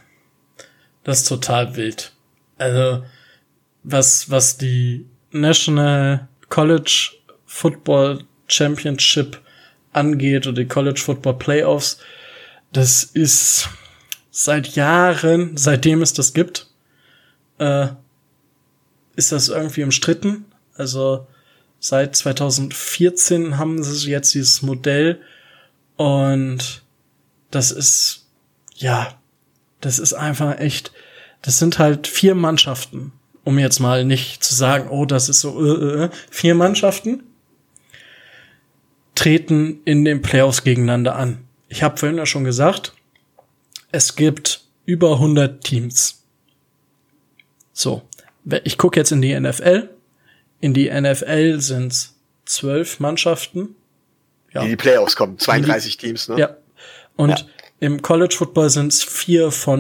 total wild. Also was die National College Football Championship angeht oder die College Football Playoffs, das ist seit Jahren, seitdem es das gibt, ist das irgendwie umstritten. Also seit 2014 haben sie jetzt dieses Modell und das ist einfach echt, das sind halt 4 Mannschaften, um jetzt mal nicht zu sagen, oh, das ist so, 4 Mannschaften treten in den Playoffs gegeneinander an. Ich habe vorhin ja schon gesagt, es gibt über 100 Teams. So, ich gucke jetzt in die NFL. In die NFL sind 12 Mannschaften. Ja. Die Playoffs kommen, 32 Teams, ne? Ja. Und im College Football sind es 4 von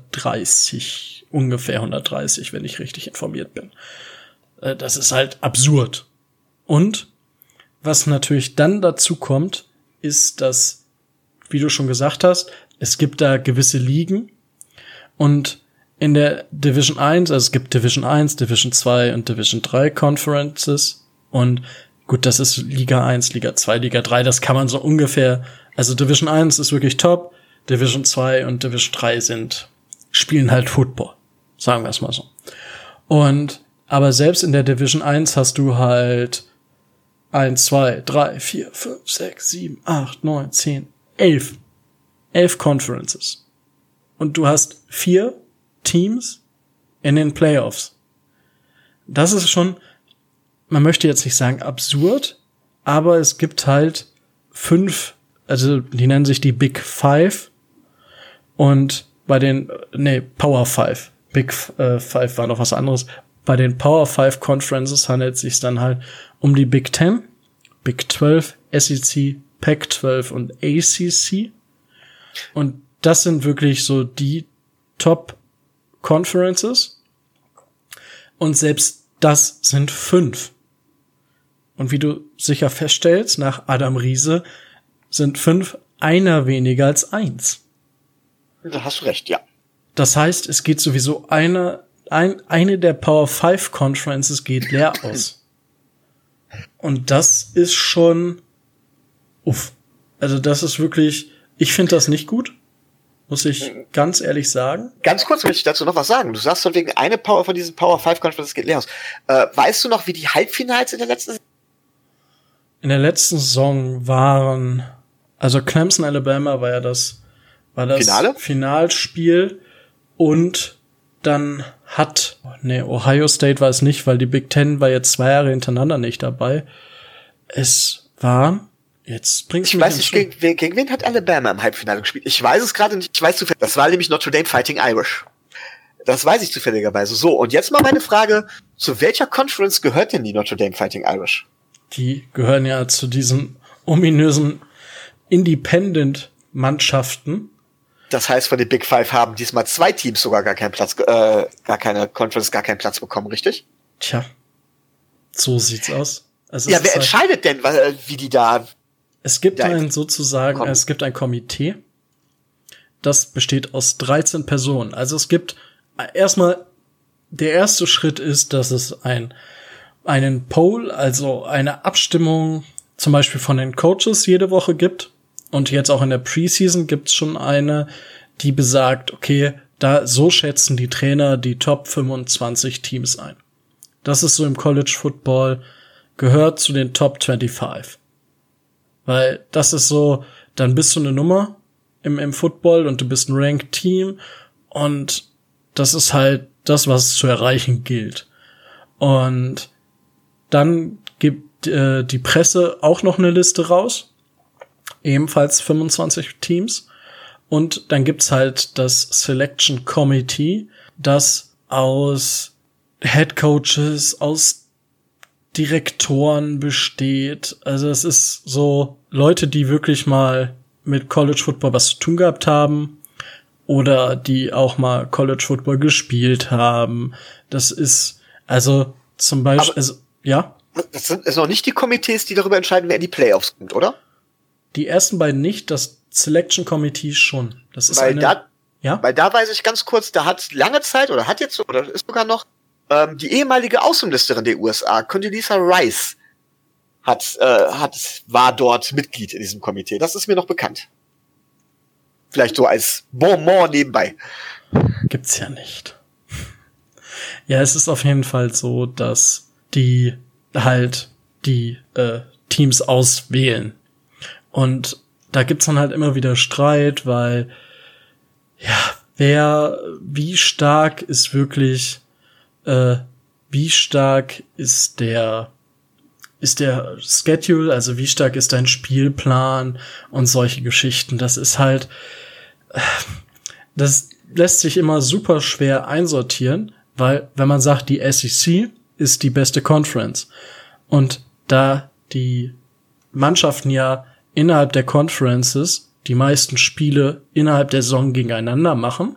130, ungefähr 130, wenn ich richtig informiert bin. Das ist halt absurd. Und was natürlich dann dazu kommt, ist, dass, wie du schon gesagt hast, es gibt da gewisse Ligen und in der Division 1, also es gibt Division 1, Division 2 und Division 3 Conferences und gut, das ist Liga 1, Liga 2, Liga 3, das kann man so ungefähr, also Division 1 ist wirklich top, Division 2 und Division 3 spielen halt Football, sagen wir es mal so. Und, aber selbst in der Division 1 hast du halt 1, 2, 3, 4, 5, 6, 7, 8, 9, 10, 11 Conferences. Und du hast 4 Teams in den Playoffs. Das ist schon, man möchte jetzt nicht sagen absurd, aber es gibt halt 5, also die nennen sich die Big Five und bei den, Power Five. Big Five war noch was anderes. Bei den Power Five Conferences handelt es sich dann halt um die Big 10, Big 12, SEC, Pac-12 und ACC. Und das sind wirklich so die Top Conferences. Und selbst das sind 5. Und wie du sicher feststellst, nach Adam Riese sind 5 einer weniger als 1. Da hast du recht, ja. Das heißt, es geht sowieso eine der Power 5 Conferences geht leer aus. Und das ist schon, also das ist wirklich, ich finde das nicht gut, muss ich ganz ehrlich sagen. Ganz kurz möchte ich dazu noch was sagen. Du sagst von wegen eine Power von diesen Power 5 Conferences geht leer aus. Weißt du noch, wie die Halbfinals in der letzten Saison? In der letzten Saison waren, also Clemson, Alabama war das Finale? Finalspiel und dann Ohio State war es nicht, weil die Big Ten war jetzt 2 Jahre hintereinander nicht dabei. Es war Jetzt bringst du Ich mich weiß nicht, gegen wen hat Alabama im Halbfinale gespielt? Ich weiß es gerade nicht. Ich weiß zufällig. Das war nämlich Notre Dame Fighting Irish. Das weiß ich zufälligerweise. So, und jetzt mal meine Frage. Zu welcher Conference gehört denn die Notre Dame Fighting Irish? Die gehören ja zu diesen ominösen Independent-Mannschaften. Das heißt, von den Big Five haben diesmal 2 Teams sogar gar keine Conference, gar keinen Platz bekommen, richtig? Tja, so sieht's aus. Also ja, wer entscheidet denn, wie die da... Es gibt ein Komitee, das besteht aus 13 Personen. Also es gibt erstmal, der erste Schritt ist, dass es einen Poll, also eine Abstimmung zum Beispiel von den Coaches jede Woche gibt. Und jetzt auch in der Preseason gibt's schon eine, die besagt, okay, so schätzen die Trainer die Top 25 Teams ein. Das ist so im College Football, gehört zu den Top 25. Weil das ist so, dann bist du eine Nummer im Football und du bist ein Ranked Team und das ist halt das, was zu erreichen gilt. Und dann gibt die Presse auch noch eine Liste raus, ebenfalls 25 Teams. Und dann gibt's halt das Selection Committee, das aus Head Coaches, aus Direktoren besteht. Also es ist so Leute, die wirklich mal mit College Football was zu tun gehabt haben oder die auch mal College Football gespielt haben. Das ist also zum Beispiel, ja. Das sind noch nicht die Komitees, die darüber entscheiden, wer in die Playoffs kommt, oder? Die ersten beiden nicht, das Selection Committee schon. Das ist weil da weiß ich ganz kurz, da hat lange Zeit oder ist sogar noch die ehemalige Außenministerin der USA, Condoleezza Rice, war dort Mitglied in diesem Komitee. Das ist mir noch bekannt. Vielleicht so als Bonbon nebenbei. Gibt's ja nicht. Ja, es ist auf jeden Fall so, dass die halt die Teams auswählen. Und da gibt's dann halt immer wieder Streit, weil wie stark ist wirklich wie stark ist der Schedule, also wie stark ist dein Spielplan und solche Geschichten. Das ist halt, das lässt sich immer super schwer einsortieren, weil wenn man sagt, die SEC ist die beste Conference und da die Mannschaften ja innerhalb der Conferences die meisten Spiele innerhalb der Saison gegeneinander machen,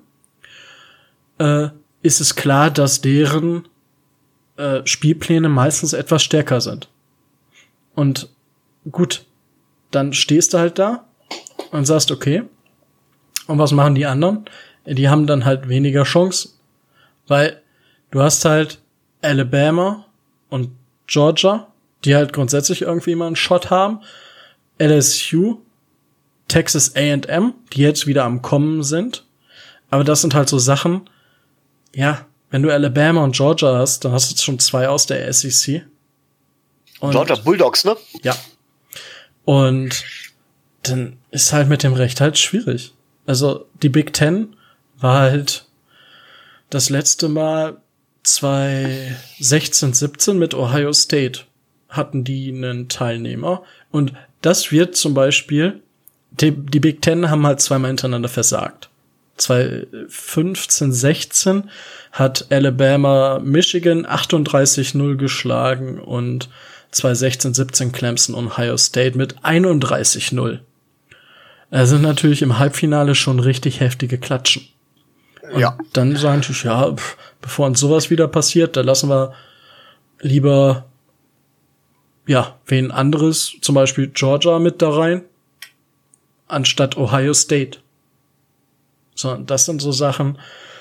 ist es klar, dass deren Spielpläne meistens etwas stärker sind. Und gut, dann stehst du halt da und sagst, okay, und was machen die anderen? Die haben dann halt weniger Chancen. Weil du hast halt Alabama und Georgia, die halt grundsätzlich irgendwie immer einen Shot haben, LSU, Texas A&M, die jetzt wieder am Kommen sind. Aber das sind halt so Sachen, ja, wenn du Alabama und Georgia hast, dann hast du schon 2 aus der SEC. Und Georgia Bulldogs, ne? Ja. Und dann ist halt mit dem Recht halt schwierig. Also die Big Ten war halt das letzte Mal 2016, 17 mit Ohio State hatten die einen Teilnehmer. Und das wird zum Beispiel, die Big Ten haben halt zweimal hintereinander versagt. 2015, 16 hat Alabama Michigan 38-0 geschlagen und 2016, 17 Clemson und Ohio State mit 31-0. Also natürlich im Halbfinale schon richtig heftige Klatschen. Und ja, dann sagen natürlich, ja, bevor uns sowas wieder passiert, da lassen wir lieber, ja, wen anderes, zum Beispiel Georgia mit da rein, anstatt Ohio State. So, das sind so Sachen,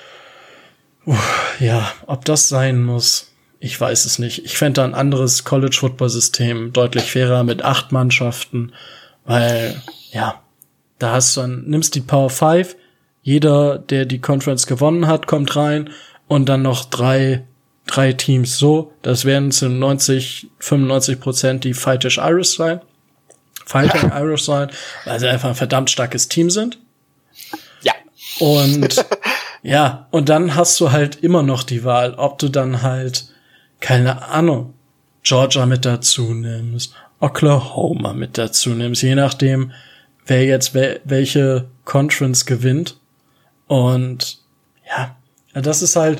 ja, ob das sein muss, ich weiß es nicht. Ich fände da ein anderes College-Football-System deutlich fairer mit 8 Mannschaften, weil, ja, da hast du dann, nimmst die Power 5, jeder, der die Conference gewonnen hat, kommt rein und dann noch drei Teams so, das werden zu 95% die Fighting Irish sein, weil sie einfach ein verdammt starkes Team sind. Ja. Und ja, und dann hast du halt immer noch die Wahl, ob du dann halt, keine Ahnung, Georgia mit dazu nimmst Oklahoma mit dazu nimmst, je nachdem, wer jetzt welche Conference gewinnt. Und ja, das ist halt,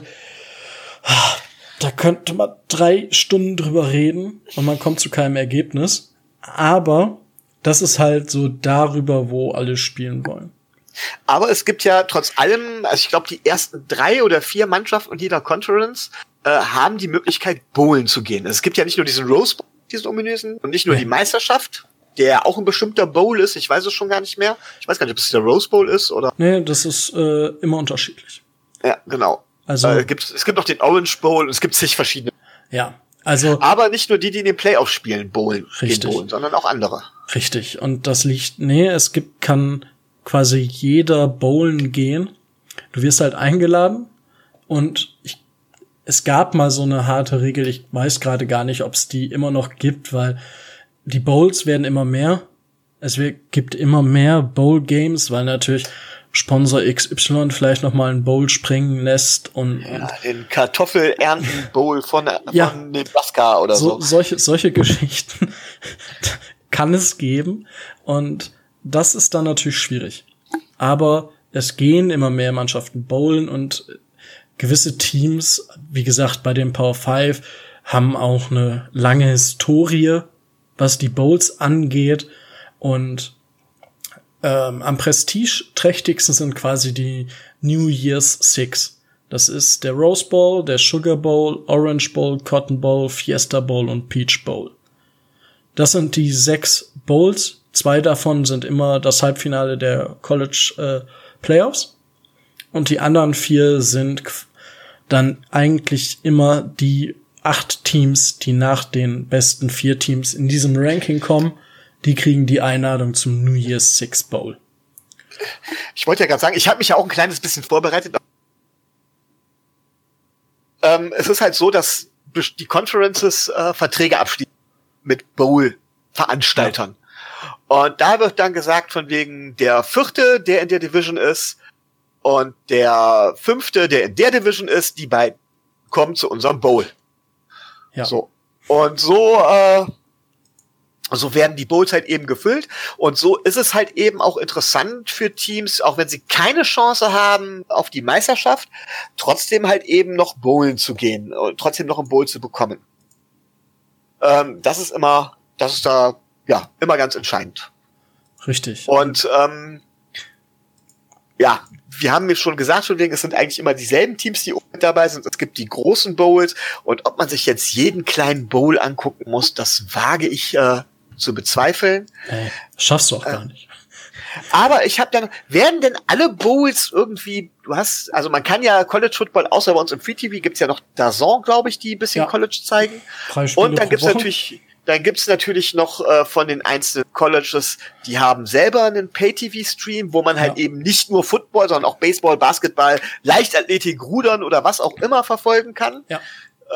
da könnte man 3 Stunden drüber reden und man kommt zu keinem Ergebnis. Aber das ist halt so darüber, wo alle spielen wollen. Aber es gibt ja trotz allem, also ich glaube, die ersten 3 oder 4 Mannschaften jeder Conference haben die Möglichkeit, bowlen zu gehen. Es gibt ja nicht nur diesen Rose Bowl, diesen ominösen, und nicht nur die Meisterschaft, der auch ein bestimmter Bowl ist. Ich weiß es schon gar nicht mehr. Ich weiß gar nicht, ob es der Rose Bowl ist oder. Nee, das ist immer unterschiedlich. Ja, genau. Also es gibt noch den Orange Bowl und es gibt zig verschiedene. Ja, also. Aber nicht nur die in den Playoffs spielen, bowlen, sondern auch andere. Richtig. Und das kann quasi jeder bowlen gehen. Du wirst halt eingeladen und es gab mal so eine harte Regel. Ich weiß gerade gar nicht, ob es die immer noch gibt, weil die Bowls werden immer mehr. Es gibt immer mehr Bowl-Games, weil natürlich Sponsor XY vielleicht noch mal einen Bowl springen lässt und den Kartoffelernten-Bowl von Nebraska oder so. Solche Geschichten kann es geben und das ist dann natürlich schwierig. Aber es gehen immer mehr Mannschaften bowlen und gewisse Teams, wie gesagt, bei den Power 5 haben auch eine lange Historie, was die Bowls angeht und am prestigeträchtigsten sind quasi die New Year's Six. Das ist der Rose Bowl, der Sugar Bowl, Orange Bowl, Cotton Bowl, Fiesta Bowl und Peach Bowl. Das sind die 6 Bowls. 2 davon sind immer das Halbfinale der College Playoffs. Und die anderen 4 sind dann eigentlich immer die 8 Teams, die nach den besten 4 Teams in diesem Ranking kommen. Die kriegen die Einladung zum New Year's Six Bowl. Ich wollte ja gerade sagen, ich habe mich ja auch ein kleines bisschen vorbereitet. Es ist halt so, dass die Conferences Verträge abschließen mit Bowl-Veranstaltern. Ja. Und da wird dann gesagt, von wegen der 4., der in der Division ist, und der 5., der in der Division ist, die beiden kommen zu unserem Bowl. Ja. So. Und so werden die Bowls halt eben gefüllt. Und so ist es halt eben auch interessant für Teams, auch wenn sie keine Chance haben auf die Meisterschaft, trotzdem halt eben noch bowlen zu gehen und trotzdem noch einen Bowl zu bekommen. Das ist da immer ganz entscheidend. Richtig. Und wir haben mir schon gesagt, es sind eigentlich immer dieselben Teams, die mit dabei sind. Es gibt die großen Bowls. Und ob man sich jetzt jeden kleinen Bowl angucken muss, das wage ich zu bezweifeln. Schaffst du auch gar nicht. Aber ich habe dann, werden denn alle Bowls irgendwie, man kann ja College Football, außer bei uns im Free TV, gibt's ja noch DAZN, glaube ich, die ein bisschen College zeigen. 3 Spiele und dann gibt's natürlich noch von den einzelnen Colleges, die haben selber einen Pay-TV-Stream, wo man halt eben nicht nur Football, sondern auch Baseball, Basketball, Leichtathletik, Rudern oder was auch immer verfolgen kann. Ja.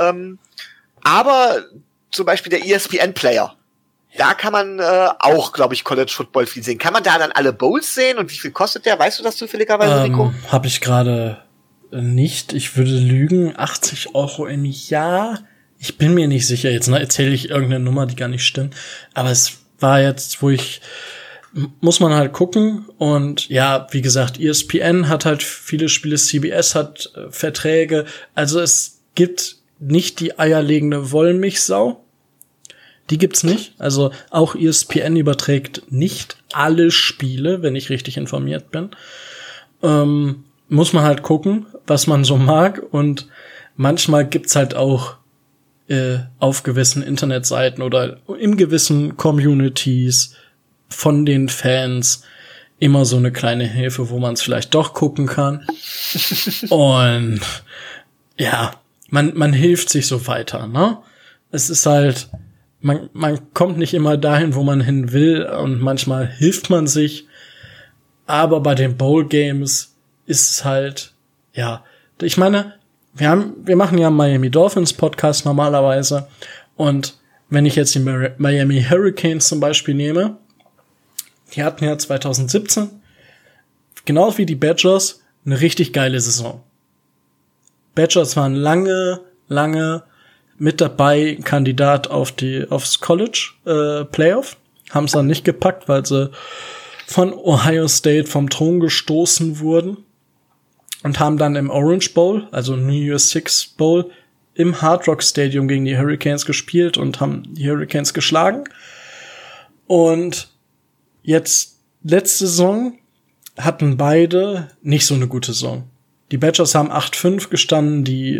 Aber zum Beispiel der ESPN-Player, da kann man auch, glaube ich, College Football viel sehen. Kann man da dann alle Bowls sehen und wie viel kostet der? Weißt du das zufälligerweise, Rico? Habe ich gerade nicht. Ich würde lügen. 80 € im Jahr. Ich bin mir nicht sicher. Jetzt erzähle ich irgendeine Nummer, die gar nicht stimmt. Aber es war jetzt, muss man halt gucken. Und ja, wie gesagt, ESPN hat halt viele Spiele, CBS hat Verträge. Also es gibt nicht die eierlegende Wollmilchsau. Die gibt's nicht. Also auch ESPN überträgt nicht alle Spiele, wenn ich richtig informiert bin. Muss man halt gucken, was man so mag. Und manchmal gibt's halt auch auf gewissen Internetseiten oder in gewissen Communities von den Fans immer so eine kleine Hilfe, wo man es vielleicht doch gucken kann. Und ja, man hilft sich so weiter, ne? Es ist halt, man kommt nicht immer dahin, wo man hin will, und manchmal hilft man sich. Aber bei den Bowl Games ist es halt, ja, ich meine, wir machen ja Miami Dolphins Podcast normalerweise, und wenn ich jetzt die Miami Hurricanes zum Beispiel nehme, die hatten ja 2017, genau wie die Badgers, eine richtig geile Saison. Badgers waren lange mit dabei, Kandidat aufs College Playoff. Haben es dann nicht gepackt, weil sie von Ohio State vom Thron gestoßen wurden und haben dann im Orange Bowl, also New Year's Six Bowl, im Hard Rock Stadium gegen die Hurricanes gespielt und haben die Hurricanes geschlagen. Und jetzt, letzte Saison, hatten beide nicht so eine gute Saison. Die Badgers haben 8-5 gestanden, die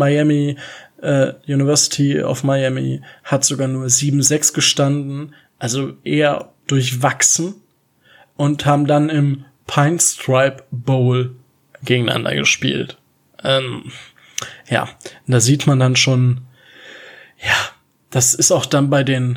University of Miami hat sogar nur 7-6 gestanden, also eher durchwachsen, und haben dann im Pine Stripe Bowl gegeneinander gespielt. Ja, da sieht man dann schon, ja, das ist auch dann bei den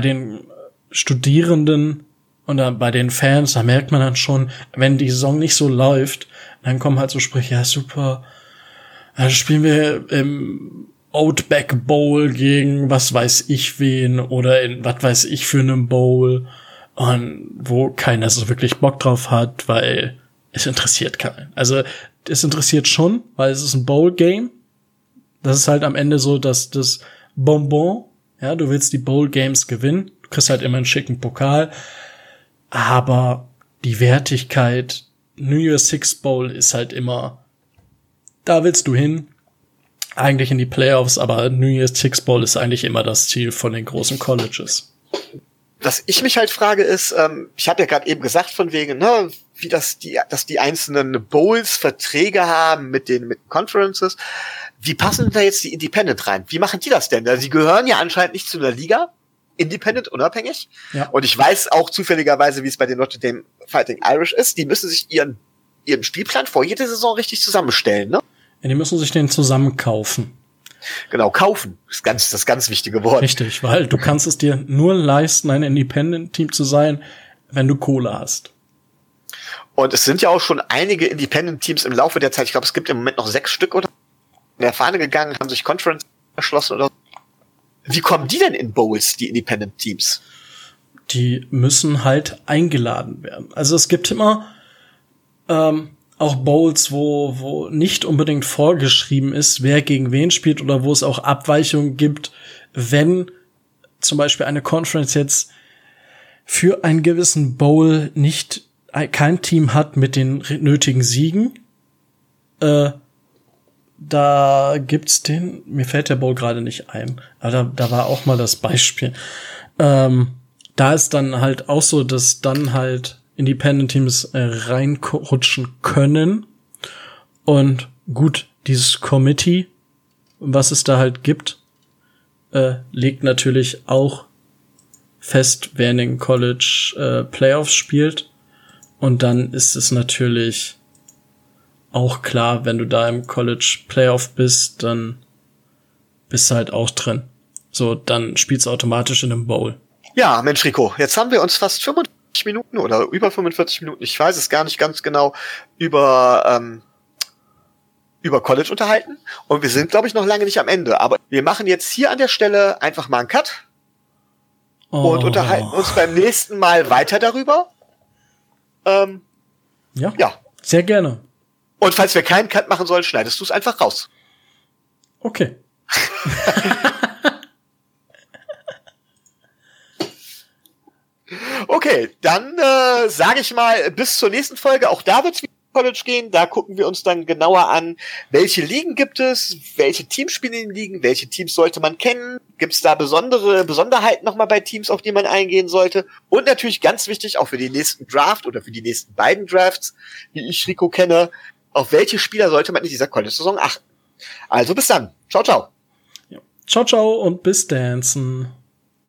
Studierenden oder bei den Fans, da merkt man dann schon, wenn die Saison nicht so läuft, dann kommen halt so Sprüche, ja super, dann spielen wir im Outback Bowl gegen was weiß ich wen oder in was weiß ich für einem Bowl, und wo keiner so wirklich Bock drauf hat, weil es interessiert keinen. Also es interessiert schon, weil es ist ein Bowl-Game. Das ist halt am Ende so, dass das Bonbon, ja, du willst die Bowl-Games gewinnen, du kriegst halt immer einen schicken Pokal, aber die Wertigkeit, New Year's Six Bowl ist halt immer, da willst du hin, eigentlich in die Playoffs, aber New Year's Six Bowl ist eigentlich immer das Ziel von den großen Colleges. Was ich mich halt frage ist, ich habe ja gerade eben gesagt von wegen, ne, wie dass die einzelnen Bowls Verträge haben mit Conferences. Wie passen da jetzt die Independent rein? Wie machen die das denn? Also, sie gehören ja anscheinend nicht zu einer Liga, Independent, unabhängig. Ja. Und ich weiß auch zufälligerweise, wie es bei den Notre Dame Fighting Irish ist. Die müssen sich ihren Spielplan vor jeder Saison richtig zusammenstellen, ne? Ja, die müssen sich den zusammen kaufen. Genau, kaufen ist das ganz wichtige Wort. Richtig, weil du kannst es dir nur leisten, ein Independent-Team zu sein, wenn du Kohle hast. Und es sind ja auch schon einige Independent-Teams im Laufe der Zeit, ich glaube, es gibt im Moment noch 6 Stück oder in der Fahne gegangen, haben sich Conference erschlossen oder so. Wie kommen die denn in Bowls, die Independent-Teams? Die müssen halt eingeladen werden. Also es gibt immer auch Bowls, wo nicht unbedingt vorgeschrieben ist, wer gegen wen spielt, oder wo es auch Abweichungen gibt, wenn zum Beispiel eine Conference jetzt für einen gewissen Bowl kein Team hat mit den nötigen Siegen. Da gibt's mir fällt der Bowl gerade nicht ein, aber da war auch mal das Beispiel. Da ist dann halt auch so, dass dann halt Independent-Teams reinrutschen können. Und gut, dieses Committee, was es da halt gibt, legt natürlich auch fest, wer in den College Playoffs spielt. Und dann ist es natürlich auch klar, wenn du da im College Playoff bist, dann bist du halt auch drin. So, dann spielst du automatisch in einem Bowl. Ja, Mensch, Rico, jetzt haben wir uns fast 45 Minuten oder über 45 Minuten, ich weiß es gar nicht ganz genau, über College unterhalten. Und wir sind, glaube ich, noch lange nicht am Ende. Aber wir machen jetzt hier an der Stelle einfach mal einen Cut und unterhalten uns beim nächsten Mal weiter darüber. Ja, sehr gerne. Und falls wir keinen Cut machen sollen, schneidest du es einfach raus. Okay. Okay, dann sage ich mal bis zur nächsten Folge. Auch da wird es wieder College gehen. Da gucken wir uns dann genauer an, welche Ligen gibt es, welche Teams spielen in den Ligen, welche Teams sollte man kennen. Gibt es da Besonderheiten nochmal bei Teams, auf die man eingehen sollte? Und natürlich ganz wichtig, auch für den nächsten Draft oder für die nächsten beiden Drafts, wie ich Rico kenne, auf welche Spieler sollte man in dieser College-Saison achten. Also bis dann. Ciao, ciao. Ja. Ciao, ciao und bis dancen.